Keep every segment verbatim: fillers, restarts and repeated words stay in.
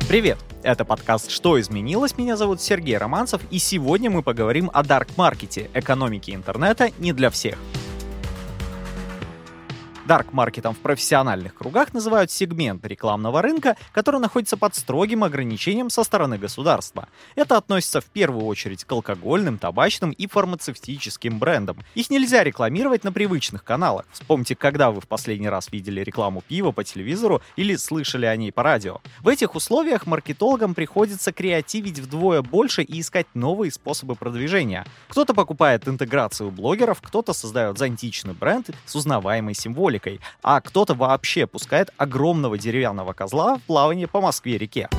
Привет! Это подкаст «Что изменилось?». Меня зовут Сергей Романцев, и сегодня мы поговорим о дарк-маркете, экономике интернета не для всех. Дарк-маркетом в профессиональных кругах называют сегмент рекламного рынка, который находится под строгим ограничением со стороны государства. Это относится в первую очередь к алкогольным, табачным и фармацевтическим брендам. Их нельзя рекламировать на привычных каналах. Вспомните, когда вы в последний раз видели рекламу пива по телевизору или слышали о ней по радио. В этих условиях маркетологам приходится креативить вдвое больше и искать новые способы продвижения. Кто-то покупает интеграцию блогеров, кто-то создает зонтичный бренд с узнаваемой символикой, а кто-то вообще пускает огромного деревянного козла в плавание по Москве-реке.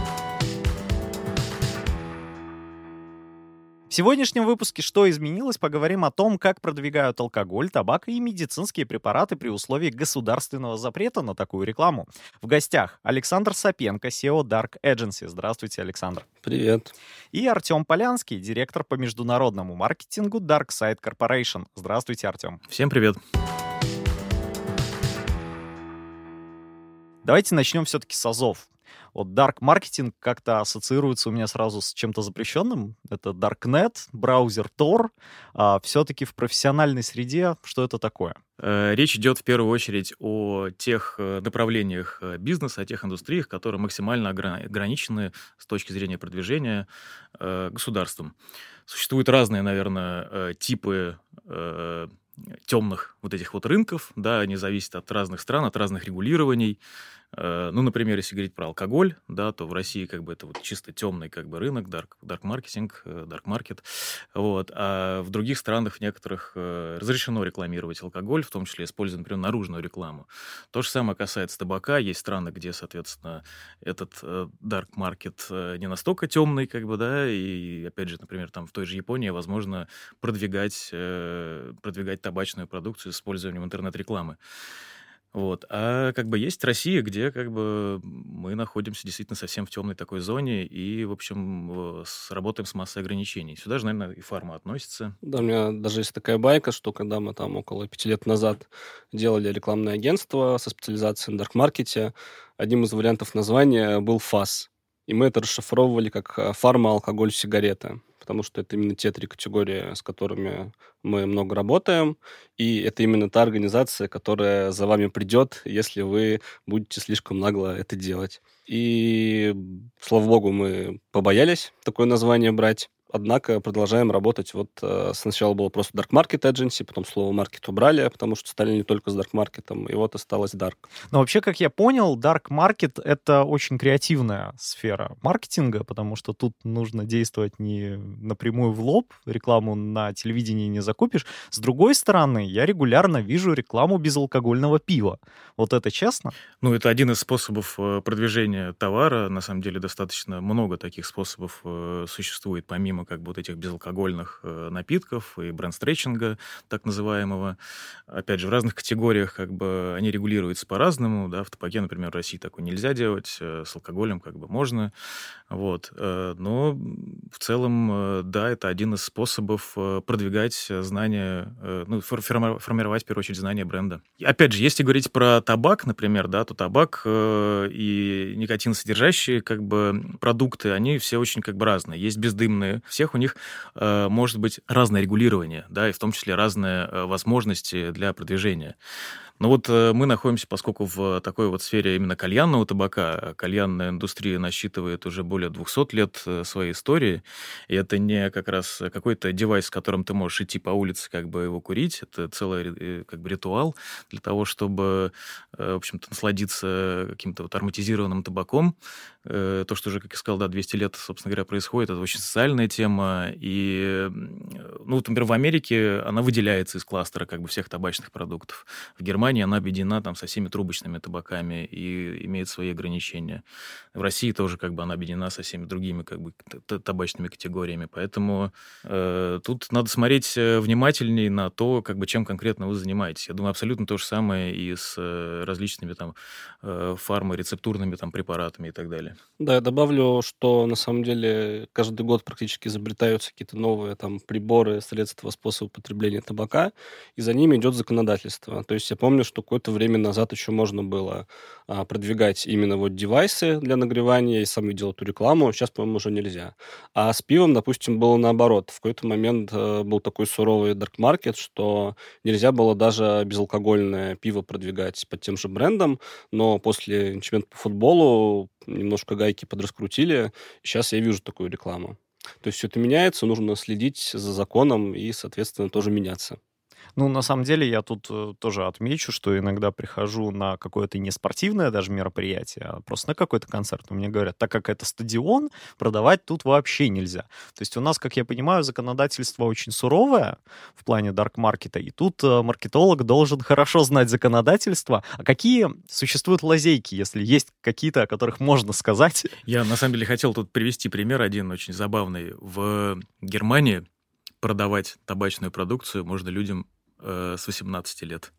В сегодняшнем выпуске «Что изменилось?» поговорим о том, как продвигают алкоголь, табак и медицинские препараты при условии государственного запрета на такую рекламу. В гостях Александр Сапенко, си и о Dark Agency. Здравствуйте, Александр. Привет. И Артем Полянский, директор по международному маркетингу Dark Side Corporation. Здравствуйте, Артем. Всем привет. Давайте начнем все-таки с азов. Вот дарк-маркетинг как-то ассоциируется у меня сразу с чем-то запрещенным. Это Darknet, браузер Tor. А все-таки в профессиональной среде что это такое? Речь идет в первую очередь о тех направлениях бизнеса, о тех индустриях, которые максимально ограничены с точки зрения продвижения государством. Существуют разные, наверное, типы темных вот этих вот рынков, да, они зависят от разных стран, от разных регулирований. Ну, например, если говорить про алкоголь, да, то в России как бы это вот чисто темный как бы рынок, dark, dark marketing, dark market, вот, а в других странах, в некоторых, разрешено рекламировать алкоголь, в том числе используя, например, наружную рекламу. То же самое касается табака, есть страны, где, соответственно, этот dark market не настолько темный, как бы, да, и, опять же, например, там в той же Японии возможно продвигать, продвигать табачную продукцию с использованием интернет-рекламы. Вот. А как бы есть Россия, где как бы мы находимся действительно совсем в темной такой зоне и, в общем, с, работаем с массой ограничений. Сюда же, наверное, и фарма относится. Да, у меня даже есть такая байка, что когда мы там около пяти лет назад делали рекламное агентство со специализацией на дарк-маркете, одним из вариантов названия был ФАС. И мы это расшифровывали как фарма, алкоголь, сигареты. Потому что это именно те три категории, с которыми мы много работаем, и это именно та организация, которая за вами придет, если вы будете слишком нагло это делать. И, слава богу, мы побоялись такое название брать. Однако продолжаем работать. Вот э, сначала было просто Dark Market Agency, потом слово маркет убрали, потому что стали не только с Dark Market, и вот осталось Dark. Но вообще, как я понял, Dark Market — это очень креативная сфера маркетинга, потому что тут нужно действовать не напрямую в лоб, рекламу на телевидении не закупишь. С другой стороны, я регулярно вижу рекламу безалкогольного пива. Вот это честно? Ну, это один из способов продвижения товара. На самом деле достаточно много таких способов существует, помимо как бы вот этих безалкогольных э, напитков и бренд-стретчинга, так называемого. Опять же, в разных категориях как бы они регулируются по-разному, да, в табаке, например, в России такое нельзя делать, э, с алкоголем как бы можно, вот, э, но в целом, э, да, это один из способов э, продвигать знания, э, ну, форми- формировать, в первую очередь, знания бренда. И, опять же, если говорить про табак, например, да, то табак э, и никотинсодержащие как бы продукты, они все очень как бы разные. Есть бездымные, всех у них э, может быть разное регулирование, да, и в том числе разные э, возможности для продвижения. Но вот э, мы находимся, поскольку в такой вот сфере именно кальянного табака, кальянная индустрия насчитывает уже более двухсот лет э, своей истории, и это не как раз какой-то девайс, с которым ты можешь идти по улице, как бы его курить, это целый э, как бы ритуал для того, чтобы, э, в общем-то, насладиться каким-то вот ароматизированным табаком. Э, то, что уже, как я сказал, да, двести лет, собственно говоря, происходит, это очень социальная тема, и, ну, вот, например, в Америке она выделяется из кластера как бы всех табачных продуктов. В Германии она объединена там со всеми трубочными табаками и имеет свои ограничения. В России тоже как бы она объединена со всеми другими как бы табачными категориями. Поэтому э, тут надо смотреть внимательнее на то, как бы чем конкретно вы занимаетесь. Я думаю, абсолютно то же самое и с э, различными там э, фарморецептурными там препаратами и так далее. Да, я добавлю, что на самом деле каждый год практически изобретаются какие-то новые там приборы, средства, способы потребления табака, и за ними идет законодательство. То есть я помню, помню, что какое-то время назад еще можно было а, продвигать именно вот девайсы для нагревания, и сам видел эту рекламу, сейчас, по-моему, уже нельзя. А с пивом, допустим, было наоборот. В какой-то момент э, был такой суровый dark market, что нельзя было даже безалкогольное пиво продвигать под тем же брендом, но после чемпионата по футболу немножко гайки подраскрутили, и сейчас я вижу такую рекламу. То есть все это меняется, нужно следить за законом и, соответственно, тоже меняться. Ну, на самом деле, я тут э, тоже отмечу, что иногда прихожу на какое-то не спортивное даже мероприятие, а просто на какой-то концерт. Но мне говорят, так как это стадион, продавать тут вообще нельзя. То есть у нас, как я понимаю, законодательство очень суровое в плане дарк-маркета, и тут э, маркетолог должен хорошо знать законодательство. А какие существуют лазейки, если есть какие-то, о которых можно сказать? Я, на самом деле, хотел тут привести пример один очень забавный. В Германии продавать табачную продукцию можно людям с восемнадцати лет,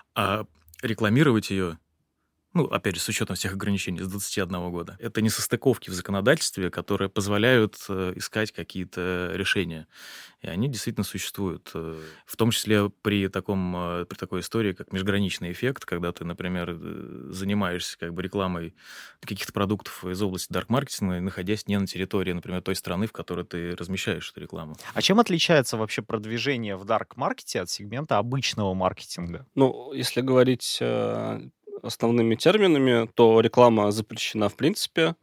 а рекламировать ее, ну, опять же, с учетом всех ограничений, с двадцати одного года. Это несостыковки в законодательстве, которые позволяют искать какие-то решения. И они действительно существуют. В том числе при, таком, при такой истории, как межграничный эффект, когда ты, например, занимаешься как бы рекламой каких-то продуктов из области дарк-маркетинга, находясь не на территории, например, той страны, в которой ты размещаешь эту рекламу. А чем отличается вообще продвижение в дарк-маркете от сегмента обычного маркетинга? Ну, если говорить э, основными терминами, то реклама запрещена в принципе.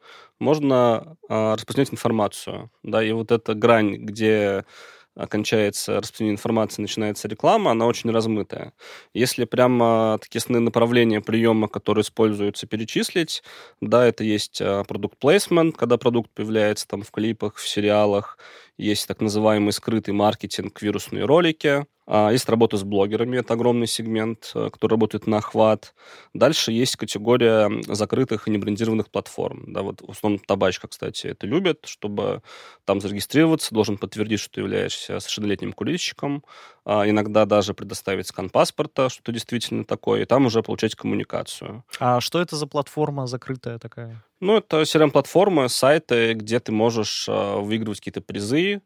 Можно э, распространять информацию. Да, и вот эта грань, где кончается распространение информации, начинается реклама, она очень размытая. Если прямо такие основные направления приема, которые используются, перечислить, да, это есть продукт плейсмент, когда продукт появляется там в клипах, в сериалах, есть так называемый скрытый маркетинг, вирусные ролики. Есть работа с блогерами, это огромный сегмент, который работает на охват. Дальше есть категория закрытых и небрендированных платформ. Да, вот в основном табачка, кстати, это любят, чтобы там зарегистрироваться, должен подтвердить, что ты являешься совершеннолетним курильщиком, а иногда даже предоставить скан паспорта, что ты действительно такой, и там уже получать коммуникацию. А что это за платформа закрытая такая? Ну, это си ар эм-платформы, сайты, где ты можешь а, выигрывать какие-то призы,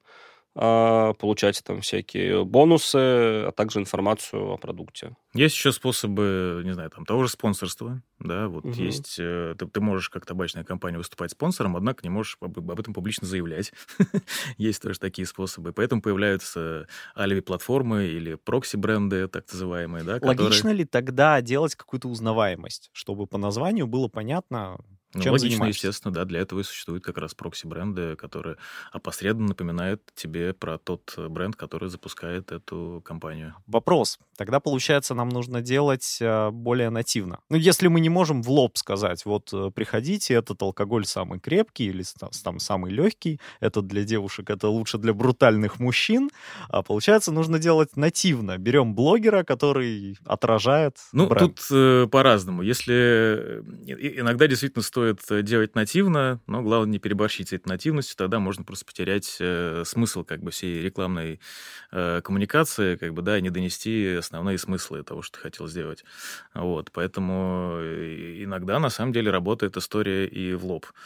получать там всякие бонусы, а также информацию о продукте. Есть еще способы, не знаю, там того же спонсорства, да, вот угу. есть, ты, ты можешь как табачная компания выступать спонсором, однако не можешь об, об этом публично заявлять. Есть тоже такие способы, поэтому появляются алиби-платформы или прокси-бренды, так называемые, да, которые... Логично ли тогда делать какую-то узнаваемость, чтобы по названию было понятно, чем ну, логично, занимаешься? Естественно, да, для этого и существуют как раз прокси-бренды, которые опосредованно напоминают тебе про тот бренд, который запускает эту компанию. Вопрос. Тогда, получается, нам нужно делать более нативно. Ну, если мы не можем в лоб сказать, вот, приходите, этот алкоголь самый крепкий или там самый легкий, этот для девушек, это лучше для брутальных мужчин, а получается, нужно делать нативно. Берем блогера, который отражает ну, бренд. Тут э, по-разному. Если иногда действительно стоит делать нативно, но главное не переборщить с этой нативностью, тогда можно просто потерять э, смысл как бы всей рекламной э, коммуникации, как бы, да, и не донести основные смыслы того, что ты хотел сделать. Вот, поэтому иногда на самом деле работает история и в лоб.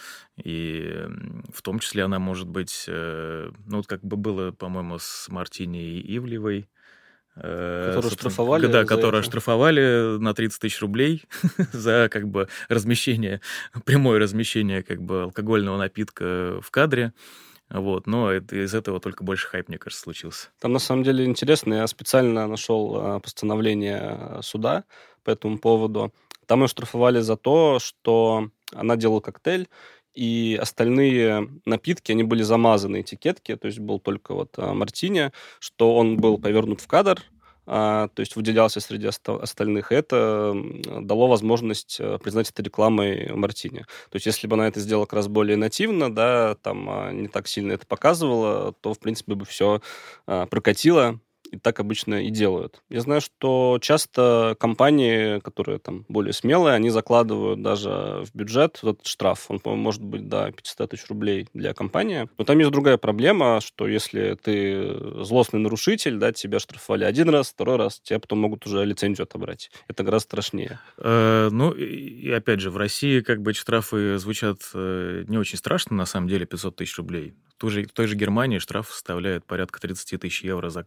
И в том числе она может быть, э, ну, вот как бы было, по-моему, с Мартини Ивлевой, Которую штрафовали? Да, которую оштрафовали на тридцать тысяч рублей за как бы размещение, прямое размещение как бы алкогольного напитка в кадре. Вот, но это, из этого только больше хайп, мне кажется, случился. Там на самом деле интересно, я специально нашел постановление суда по этому поводу. Там ее штрафовали за то, что она делала коктейль, и остальные напитки, они были замазаны этикетки, то есть был только вот а, мартини, что он был повернут в кадр, а, то есть выделялся среди оста- остальных. И это дало возможность а, признать это рекламой мартини. То есть если бы она это сделала как раз более нативно, да, там а, не так сильно это показывала, то, в принципе, бы все а, прокатило. И так обычно и делают. Я знаю, что часто компании, которые там более смелые, они закладывают даже в бюджет этот штраф. Он, по-моему, может быть до пятьсот тысяч рублей для компании. Но там есть другая проблема, что если ты злостный нарушитель, да, тебя штрафовали один раз, второй раз, тебе потом могут уже лицензию отобрать. Это гораздо страшнее. Э, ну, и опять же, в России как бы штрафы звучат не очень страшно, на самом деле, пятьсот тысяч рублей. В той же, в той же Германии штраф составляет порядка тридцать тысяч евро за каждое нарушение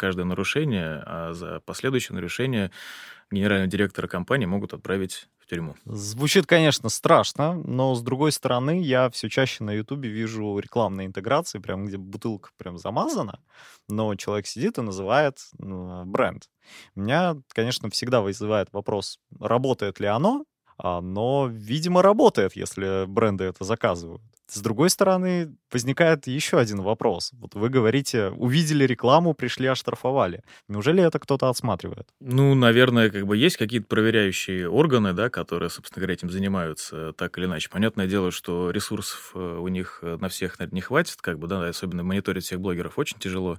нарушение, а за последующее нарушение генерального директора компании могут отправить в тюрьму. Звучит, конечно, страшно, но, с другой стороны, я все чаще на Ютубе вижу рекламные интеграции, прям где бутылка прям замазана, но человек сидит и называет ну, бренд. Меня, конечно, всегда вызывает вопрос, работает ли оно, а, но, видимо, работает, если бренды это заказывают. С другой стороны, возникает еще один вопрос. Вот вы говорите, увидели рекламу, пришли, оштрафовали. Неужели это кто-то отсматривает? Ну, наверное, как бы есть какие-то проверяющие органы, да, которые, собственно говоря, этим занимаются так или иначе. Понятное дело, что ресурсов э, у них э, на всех, наверное, не хватит, как бы, да, особенно мониторить всех блогеров очень тяжело.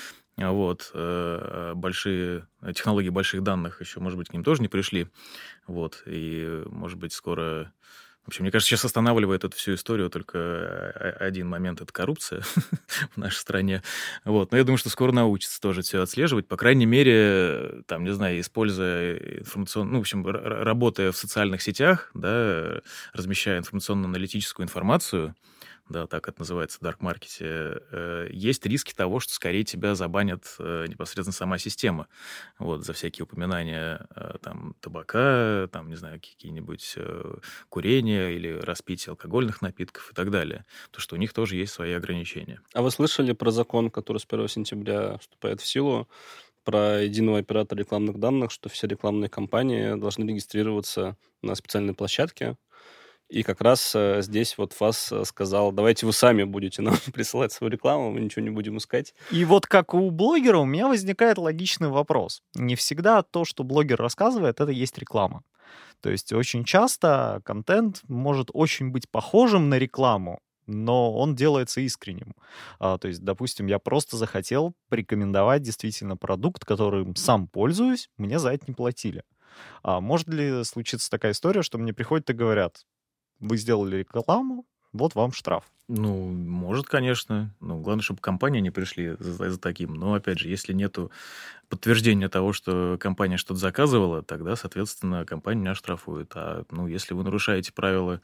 А Вот, э, большие технологии больших данных еще, может быть, к ним тоже не пришли. Вот, и, может быть, скоро... В общем, мне кажется, сейчас останавливает эту всю историю только э, один момент — это коррупция в нашей стране. Вот. Но я думаю, что скоро научится тоже все отслеживать. По крайней мере, там, не знаю, используя информационно... Ну, в общем, р- р- работая в социальных сетях, да, размещая информационно-аналитическую информацию, да, так это называется, в дарк-маркете, э, есть риски того, что скорее тебя забанят э, непосредственно сама система. Вот, за всякие упоминания э, там, табака, там, не знаю, какие-нибудь э, курения или распитие алкогольных напитков и так далее. Потому что у них тоже есть свои ограничения. А вы слышали про закон, который с первого сентября вступает в силу, про единого оператора рекламных данных, что все рекламные кампании должны регистрироваться на специальной площадке? И как раз э, здесь вот ФАС э, сказал, давайте вы сами будете нам присылать свою рекламу, мы ничего не будем искать. И вот как у блогера у меня возникает логичный вопрос. Не всегда то, что блогер рассказывает, это есть реклама. То есть очень часто контент может очень быть похожим на рекламу, но он делается искренним. А, то есть, допустим, я просто захотел порекомендовать действительно продукт, которым сам пользуюсь, мне за это не платили. А может ли случиться такая история, что мне приходят и говорят, вы сделали рекламу, вот вам штраф. Ну, может, конечно. Ну, главное, чтобы компании не пришли за, за таким. Но, опять же, если нету подтверждения того, что компания что-то заказывала, тогда, соответственно, компания не оштрафует. А, ну, если вы нарушаете правила,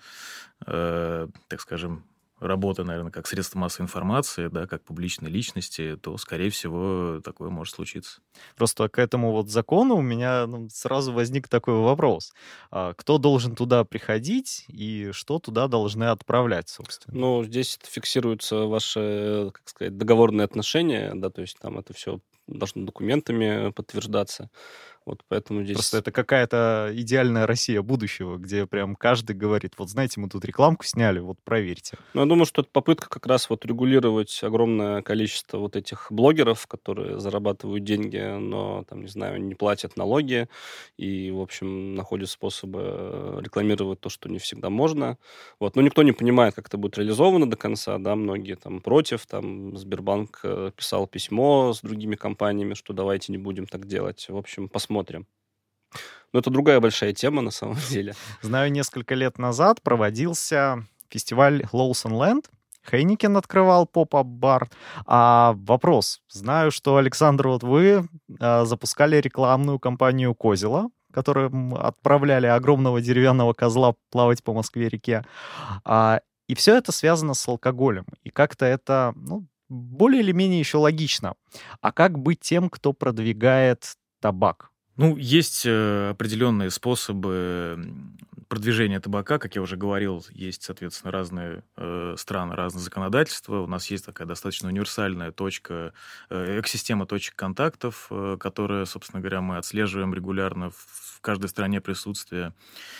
э, так скажем, работы, наверное, как средство массовой информации, да, как публичной личности, то, скорее всего, такое может случиться. Просто к этому вот закону у меня ну, сразу возник такой вопрос. А кто должен туда приходить и что туда должны отправлять, собственно? Ну, здесь фиксируются ваши, как сказать, договорные отношения, да, то есть там это все должно документами подтверждаться. Вот поэтому здесь... Просто это какая-то идеальная Россия будущего, где прям каждый говорит, вот знаете, мы тут рекламку сняли, вот проверьте. Ну, я думаю, что это попытка как раз вот регулировать огромное количество вот этих блогеров, которые зарабатывают деньги, но, там, не знаю, не платят налоги и, в общем, находят способы рекламировать то, что не всегда можно. Вот. Но никто не понимает, как это будет реализовано до конца, да, многие там против, там Сбербанк э, писал письмо с другими компаниями, что давайте не будем так делать. В общем, посмотрим. Но это другая большая тема на самом деле. Знаю, несколько лет назад проводился фестиваль Lawson Land. Хейникен открывал поп-ап-бар. А вопрос. Знаю, что, Александр, вот вы а, запускали рекламную кампанию Козела, которым отправляли огромного деревянного козла плавать по Москве-реке. А, и все это связано с алкоголем. И как-то это ну, более или менее еще логично. А как быть тем, кто продвигает табак? Ну, есть э, определенные способы м, продвижения табака. Как я уже говорил, есть, соответственно, разные э, страны, разные законодательства. У нас есть такая достаточно универсальная точка, э, экосистема точек контактов, э, которая, собственно говоря, мы отслеживаем регулярно в, в каждой стране присутствие.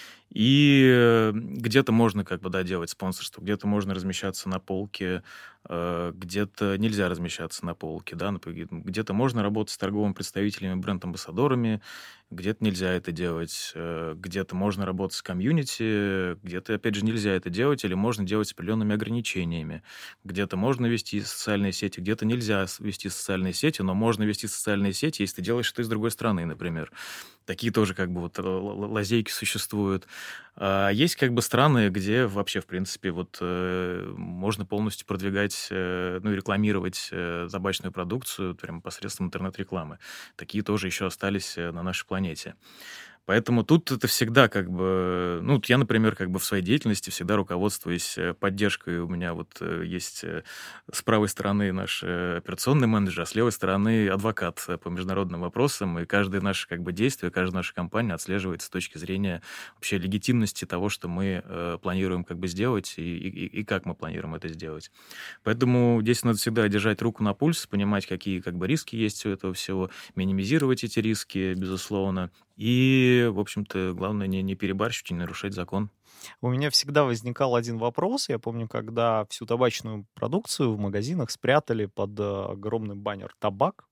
И э, где-то можно как бы, да, делать спонсорство, где-то можно размещаться на полке, э, где-то нельзя размещаться на полке, да, например, где-то можно работать с торговыми представителями, бренд-амбассадорами, где-то нельзя это делать, э, где-то можно работать с комьюнити, где-то, опять же, нельзя это делать или можно делать с определенными ограничениями, где-то можно вести социальные сети, где-то нельзя с- вести социальные сети, но можно вести социальные сети, если ты делаешь что-то из другой страны, например. Такие тоже как бы вот л- л- лазейки существуют. А есть как бы страны, где вообще, в принципе, вот э, можно полностью продвигать, э, ну и рекламировать э, табачную продукцию прямо посредством интернет-рекламы. Такие тоже еще остались э, на нашей планете. Поэтому тут это всегда как бы... Ну, вот я, например, как бы в своей деятельности всегда руководствуюсь э, поддержкой. У меня вот э, есть э, с правой стороны наш э, операционный менеджер, а с левой стороны адвокат э, по международным вопросам. И каждое наше как бы действие, каждая наша компания отслеживается с точки зрения вообще легитимности того, что мы э, планируем как бы сделать и, и, и как мы планируем это сделать. Поэтому здесь надо всегда держать руку на пульс, понимать, какие как бы риски есть у этого всего, минимизировать эти риски, безусловно. И, в общем-то, главное не, не перебарщивать и не нарушать закон. У меня всегда возникал один вопрос. Я помню, когда всю табачную продукцию в магазинах спрятали под э, огромный баннер «Табак».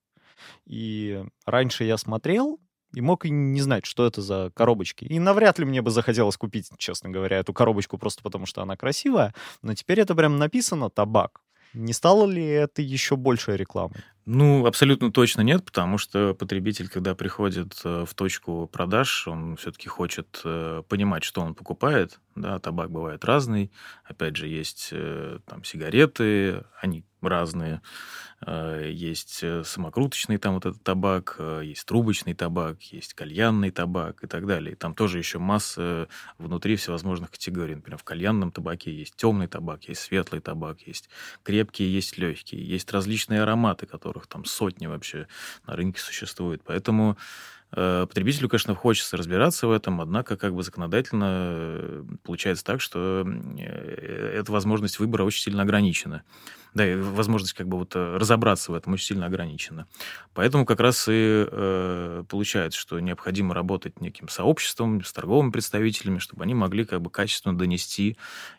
И раньше я смотрел и мог и не знать, что это за коробочки. И навряд ли мне бы захотелось купить, честно говоря, эту коробочку просто потому, что она красивая. Но теперь это прям написано «Табак». Не стало ли это еще большей рекламой? Ну, абсолютно точно нет, потому что потребитель, когда приходит э, в точку продаж, он все-таки хочет э, понимать, что он покупает. Да, табак бывает разный. Опять же, есть э, там сигареты, они разные. Э, Есть э, самокруточный там вот этот табак, э, есть трубочный табак, есть кальянный табак и так далее. И там тоже еще масса внутри всевозможных категорий. Например, в кальянном табаке есть темный табак, есть светлый табак, есть крепкие, есть легкие, есть различные ароматы, которых там сотни вообще на рынке существует. Поэтому э, потребителю, конечно, хочется разбираться в этом, однако как бы законодательно э, получается так, что э, эта возможность выбора очень сильно ограничена. Да, и возможность как бы вот э, разобраться в этом очень сильно ограничена. Поэтому как раз и э, получается, что необходимо работать неким сообществом, с торговыми представителями, чтобы они могли как бы качественно донести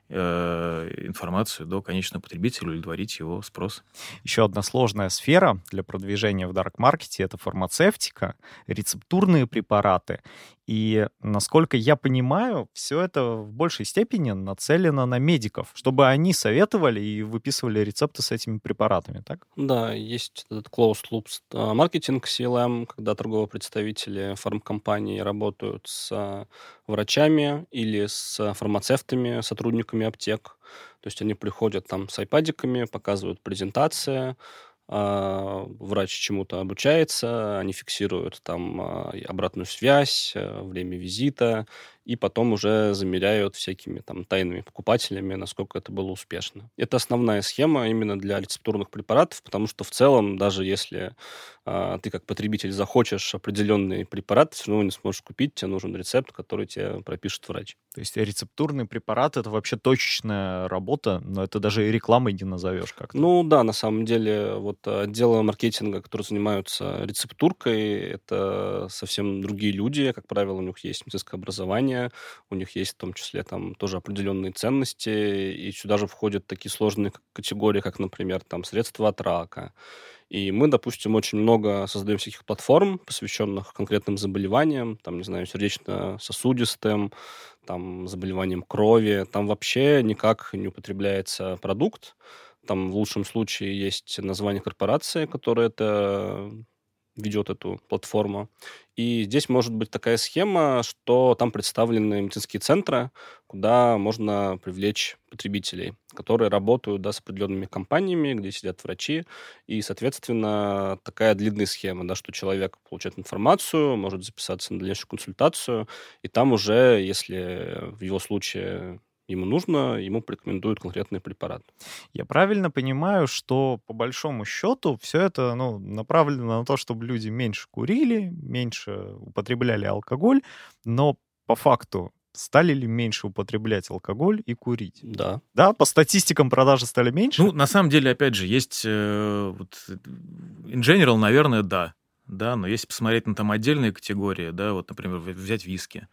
э, информацию до конечного потребителя, удовлетворить его спрос. Еще одна сложная сфера для продвижения в дарк-маркете — это фармацевтика, рецептурные препараты. И, насколько я понимаю, все это в большей степени нацелено на медиков, чтобы они советовали и выписывали рецепты с этими препаратами, так? Да, есть этот closed loop а, маркетинг, си эл эм, когда торговые представители фармкомпаний работают с а, врачами или с фармацевтами, сотрудниками аптек. То есть они приходят там с айпадиками, показывают презентации, а, врач чему-то обучается, они фиксируют там а, и обратную связь, а, время визита, и потом уже замеряют всякими там тайными покупателями, насколько это было успешно. Это основная схема именно для рецептурных препаратов, потому что в целом, даже если а, ты как потребитель захочешь определенный препарат, ты все равно не сможешь купить, тебе нужен рецепт, который тебе пропишет врач. То есть рецептурный препарат — это вообще точечная работа, но это даже и рекламой не назовешь как-то. Ну да, на самом деле, вот отделы маркетинга, которые занимаются рецептуркой, это совсем другие люди. Как правило, у них есть медицинское образование, у них есть в том числе там тоже определенные ценности, и сюда же входят такие сложные к- категории, как, например, там средства от рака. И мы, допустим, очень много создаем всяких платформ, посвященных конкретным заболеваниям, там, не знаю, сердечно-сосудистым, там, заболеваниям крови. Там вообще никак не употребляется продукт. Там в лучшем случае есть название корпорации, которая это ведет эту платформу. И здесь может быть такая схема, что там представлены медицинские центры, куда можно привлечь потребителей, которые работают, да, с определенными компаниями, где сидят врачи. И, соответственно, такая длинная схема, да, что человек получает информацию, может записаться на дальнейшую консультацию, и там уже, если в его случае ему нужно, ему порекомендуют конкретный препарат. Я правильно понимаю, что по большому счету все это, ну, направлено на то, чтобы люди меньше курили, меньше употребляли алкоголь, но по факту стали ли меньше употреблять алкоголь и курить? Да. Да, по статистикам продажи стали меньше? Ну, на самом деле, опять же, есть... э, вот, э, in general, наверное, да. Да, но если посмотреть на там отдельные категории, да, вот, например, в- взять виски.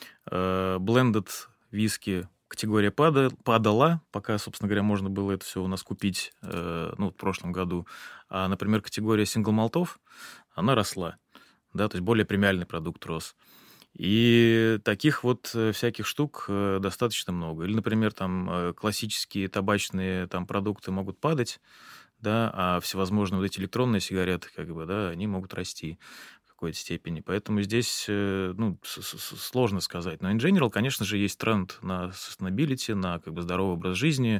Э, Blended виски категория пада- падала, пока, собственно говоря, можно было это все у нас купить, э, ну, в прошлом году. А, например, категория сингл-малтов, она росла. Да, то есть более премиальный продукт рос. И таких вот э, всяких штук э, достаточно много. Или, например, там э, классические табачные там продукты могут падать, да, а всевозможные вот эти электронные сигареты, как бы, да, они могут расти в какой-то степени. Поэтому здесь, э, ну, с- с- сложно сказать. Но in general, конечно же, есть тренд на sustainability, на как бы здоровый образ жизни.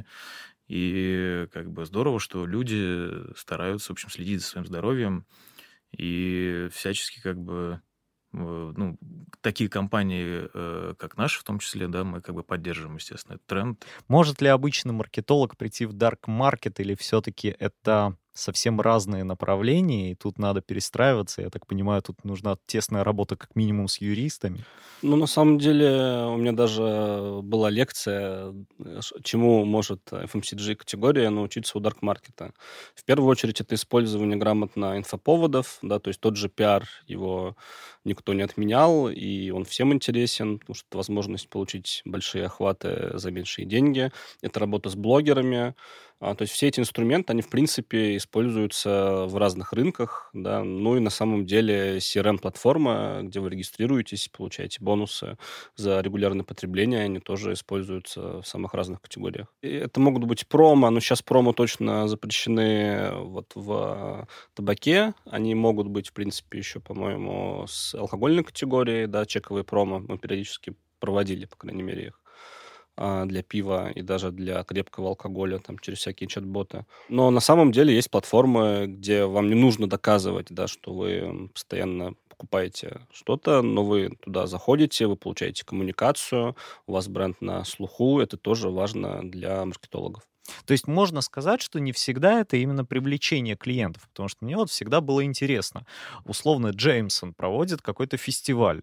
И как бы здорово, что люди стараются, в общем, следить за своим здоровьем и всячески как бы ну, такие компании, как наши в том числе, да, мы как бы поддерживаем, естественно, этот тренд. Может ли обычный маркетолог прийти в dark market, или все-таки это совсем разные направления, и тут надо перестраиваться? Я так понимаю, тут нужна тесная работа как минимум с юристами. Ну, на самом деле, у меня даже была лекция, э, ш- чему может эф эм си джи-категория научиться у дарк-маркета. В первую очередь, это использование грамотно инфоповодов, да, то есть тот же пиар, его никто не отменял, и он всем интересен, потому что это возможность получить большие охваты за меньшие деньги. Это работа с блогерами. А, то есть все эти инструменты, они, в принципе, используются в разных рынках, да, ну и на самом деле си ар эм-платформа, где вы регистрируетесь, получаете бонусы за регулярное потребление, они тоже используются в самых разных категориях. И это могут быть промо, но сейчас промо точно запрещены вот в табаке, они могут быть, в принципе, еще, по-моему, с алкогольной категорией, да, чековые промо, мы периодически проводили, по крайней мере, их а, для пива и даже для крепкого алкоголя, там, через всякие чат-боты. Но на самом деле есть платформы, где вам не нужно доказывать, да, что вы постоянно покупаете что-то, но вы туда заходите, вы получаете коммуникацию, у вас бренд на слуху, это тоже важно для маркетологов. То есть можно сказать, что не всегда это именно привлечение клиентов, потому что мне вот всегда было интересно. Условно, Джеймсон проводит какой-то фестиваль,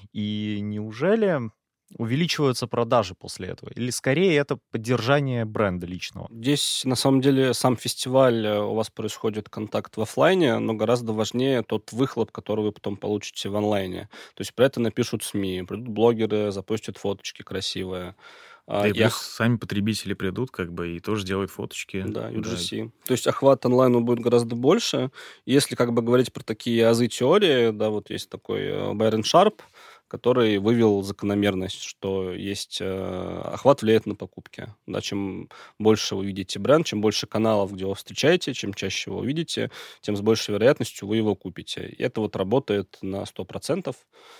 и неужели увеличиваются продажи после этого? Или скорее это поддержание бренда личного? Здесь, на самом деле, сам фестиваль, э, у вас происходит контакт в оффлайне, но гораздо важнее тот выхлоп, который вы потом получите в онлайне. То есть про это напишут СМИ, придут блогеры, запостят фоточки красивые. А, Да и и плюс ох- сами потребители придут как бы и тоже делают фоточки. Да, Да. ю джи си. То есть охват онлайна будет гораздо больше. Если как бы говорить про такие азы теории, да, вот есть такой э, Байрон Шарп, который вывел закономерность, что есть э, охват влияет на покупки. Да, чем больше вы видите бренд, чем больше каналов, где вы встречаете, чем чаще вы увидите, тем с большей вероятностью вы его купите. И это вот работает на сто процентов.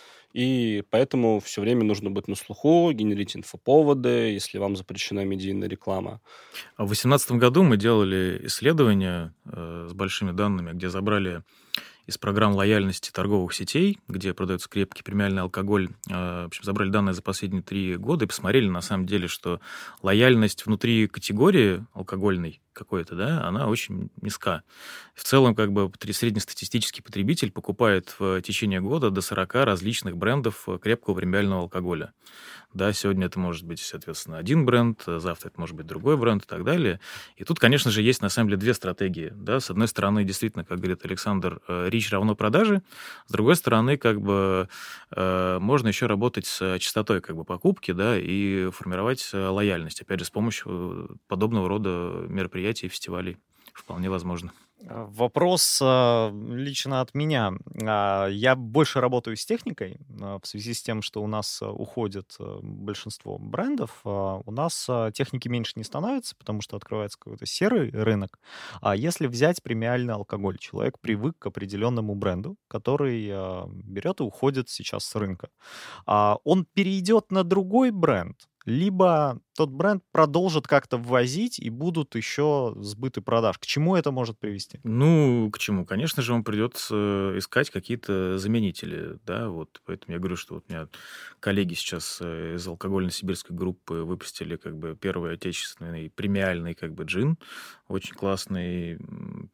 И поэтому все время нужно быть на слуху, генерить инфоповоды, если вам запрещена медийная реклама. А в две тысячи восемнадцатом году мы делали исследование э, с большими данными, где забрали из программ лояльности торговых сетей, где продается крепкий премиальный алкоголь. э, В общем, забрали данные за последние три года и посмотрели, на самом деле, что лояльность внутри категории алкогольной какой-то, да, она очень низка. В целом, как бы потр- среднестатистический потребитель покупает в течение года до сорока различных брендов э, крепкого премиального алкоголя. Да, сегодня это может быть, соответственно, один бренд, э, завтра это может быть другой бренд и так далее. И тут, конечно же, есть на самом деле две стратегии. Да? С одной стороны, действительно, как говорит Александр, э, рич равно продажи. С другой стороны, как бы э, можно еще работать с частотой как бы покупки, да, и формировать э, лояльность, опять же, с помощью э, подобного рода мероприятий и фестивалей. Вполне возможно. А, Вопрос а, лично от меня. А, Я больше работаю с техникой а, в связи с тем, что у нас а, уходит а, большинство брендов. а, У нас а, техники меньше не становится, потому что открывается какой-то серый рынок. А если взять премиальный алкоголь, человек привык к определенному бренду, который а, берет и уходит сейчас с рынка. А Он перейдет на другой бренд, либо тот бренд продолжит как-то ввозить, и будут еще сбыты продаж. К чему это может привести? Ну, к чему? Конечно же, вам придется искать какие-то заменители, да, вот, поэтому я говорю, что вот у меня коллеги сейчас э, из алкогольно-сибирской группы выпустили как бы первый отечественный премиальный как бы джин, очень классный, м,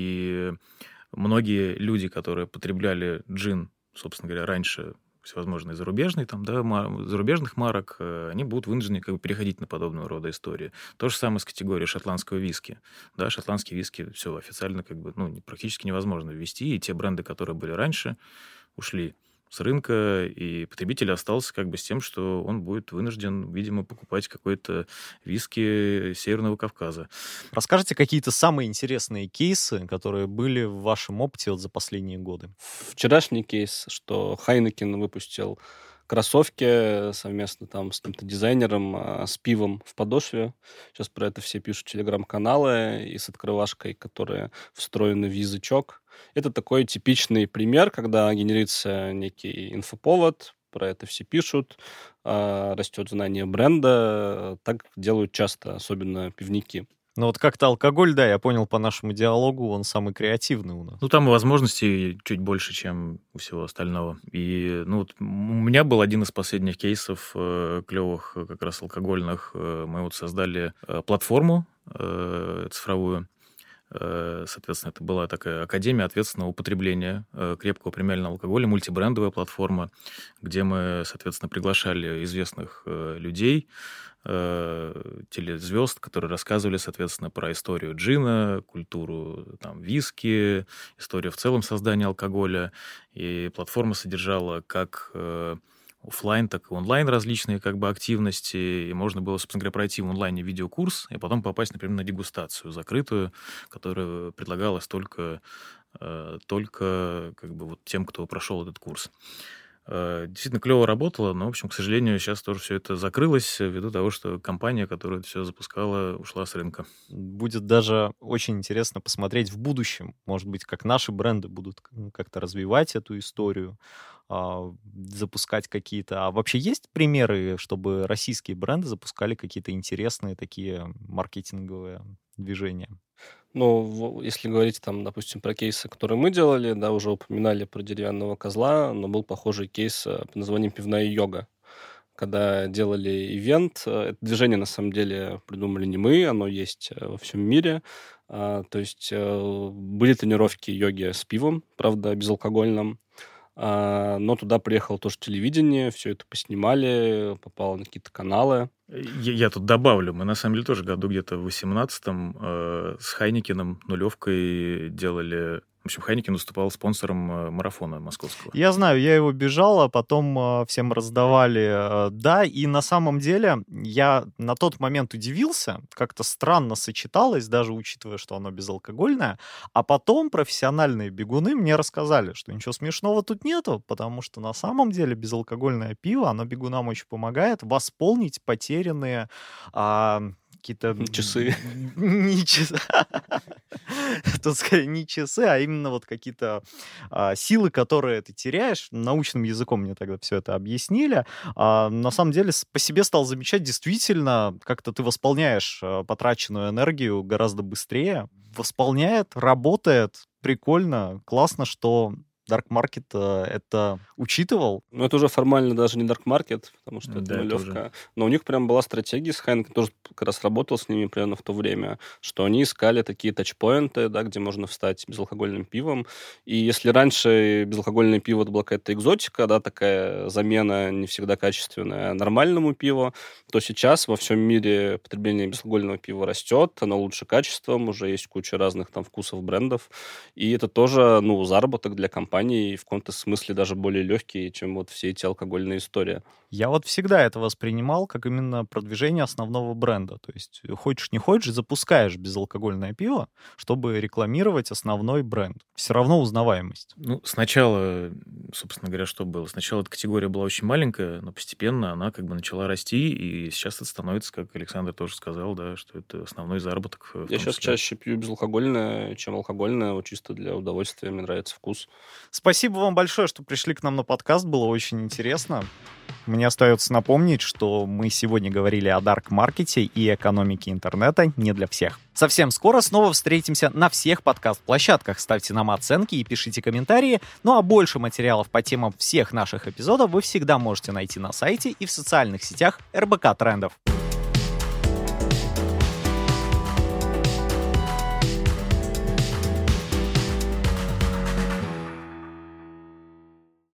и многие люди, которые потребляли джин, собственно говоря, раньше всевозможные зарубежные, там, да, ма- зарубежных марок, э, они будут вынуждены как бы переходить на подобного рода истории. То же самое с категорией шотландского виски. Да, шотландский виски все официально как бы, ну, не- практически невозможно ввести, и те бренды, которые были раньше, ушли с рынка, и потребитель остался как бы с тем, что он будет вынужден, видимо, покупать какой-то виски Северного Кавказа. Расскажите какие-то самые интересные кейсы, которые были в вашем опыте вот за последние годы. Вчерашний кейс, что Хайнекен выпустил кроссовки совместно там с каким-то дизайнером а, с пивом в подошве. Сейчас про это все пишут телеграм-каналы и с открывашкой, которая встроена в язычок. Это такой типичный пример, когда генерится некий инфоповод, про это все пишут, а, растет знание бренда. Так делают часто, особенно пивники. Ну вот как-то алкоголь, да, я понял по нашему диалогу, он самый креативный у нас. Ну, там и возможностей чуть больше, чем у всего остального. И, ну, вот у меня был один из последних кейсов э, клевых, как раз алкогольных. Мы вот создали э, платформу э, цифровую. Э, соответственно, это была такая академия ответственного употребления э, крепкого премиального алкоголя, мультибрендовая платформа, где мы, соответственно, приглашали известных э, людей, телезвезд, которые рассказывали, соответственно, про историю джина, культуру там, виски, историю в целом создания алкоголя. И платформа содержала как офлайн, так и онлайн различные как бы активности. И можно было, собственно говоря, пройти в онлайне видеокурс и потом попасть, например, на дегустацию закрытую, которая предлагалась только, только как бы вот тем, кто прошел этот курс. Действительно клево работало, но, в общем, к сожалению, сейчас тоже все это закрылось ввиду того, что компания, которая это все запускала, ушла с рынка. Будет даже очень интересно посмотреть в будущем, может быть, как наши бренды будут как-то развивать эту историю, запускать какие-то... А вообще есть примеры, чтобы российские бренды запускали какие-то интересные такие маркетинговые движения? Ну, если говорить, там, допустим, про кейсы, которые мы делали, да, уже упоминали про деревянного козла, но был похожий кейс под названием «Пивная йога». Когда делали ивент, это движение, на самом деле, придумали не мы, оно есть во всем мире. То есть были тренировки йоги с пивом, правда, безалкогольным, но туда приехало тоже телевидение, все это поснимали, попало на какие-то каналы. Я, я тут добавлю, мы на самом деле тоже году где-то в восемнадцатом э, с Хайникиным нулевкой делали... В общем, Хайникин выступал спонсором э, марафона московского. Я знаю, я его бежал, а потом э, всем раздавали. Э, да, и на самом деле я на тот момент удивился, как-то странно сочеталось, даже учитывая, что оно безалкогольное. А потом профессиональные бегуны мне рассказали, что ничего смешного тут нету, потому что на самом деле безалкогольное пиво, оно бегунам очень помогает восполнить потерянные... А, какие-то... Часы. Не часы. Тут скорее не часы, а именно вот какие-то а, силы, которые ты теряешь. Научным языком мне тогда все это объяснили. А, на самом деле по себе стал замечать, действительно, как-то ты восполняешь а, потраченную энергию гораздо быстрее. Восполняет, работает, прикольно, классно, что Dark Market э, это учитывал. Ну, это уже формально даже не Dark Market, потому что Да, это нулевка. тоже. Но у них прям была стратегия, с Хайнекен тоже как раз работал с ними примерно в то время, что они искали такие тачпоинты, да, где можно встать безалкогольным пивом. И если раньше безалкогольное пиво это была какая-то экзотика, да, такая замена не всегда качественная нормальному пиву, то сейчас во всем мире потребление безалкогольного пива растет, оно лучше качеством, уже есть куча разных там вкусов, брендов. И это тоже, ну, заработок для компании, и в каком-то смысле даже более легкие, чем вот все эти алкогольные истории. Я вот всегда это воспринимал как именно продвижение основного бренда. То есть хочешь не хочешь, запускаешь безалкогольное пиво, чтобы рекламировать основной бренд. Все равно узнаваемость. Ну, сначала, собственно говоря, что было? Сначала эта категория была очень маленькая, но постепенно она как бы начала расти, и сейчас это становится, как Александр тоже сказал, да, что это основной заработок. Я сейчас числе. чаще пью безалкогольное, чем алкогольное, вот чисто для удовольствия, мне нравится вкус. Спасибо вам большое, что пришли к нам на подкаст, было очень интересно. Мне остается напомнить, что мы сегодня говорили о дарк-маркете и экономике интернета не для всех. Совсем скоро снова встретимся на всех подкаст-площадках. Ставьте нам оценки и пишите комментарии. Ну а больше материалов по темам всех наших эпизодов вы всегда можете найти на сайте и в социальных сетях эр бэ ка Трендов.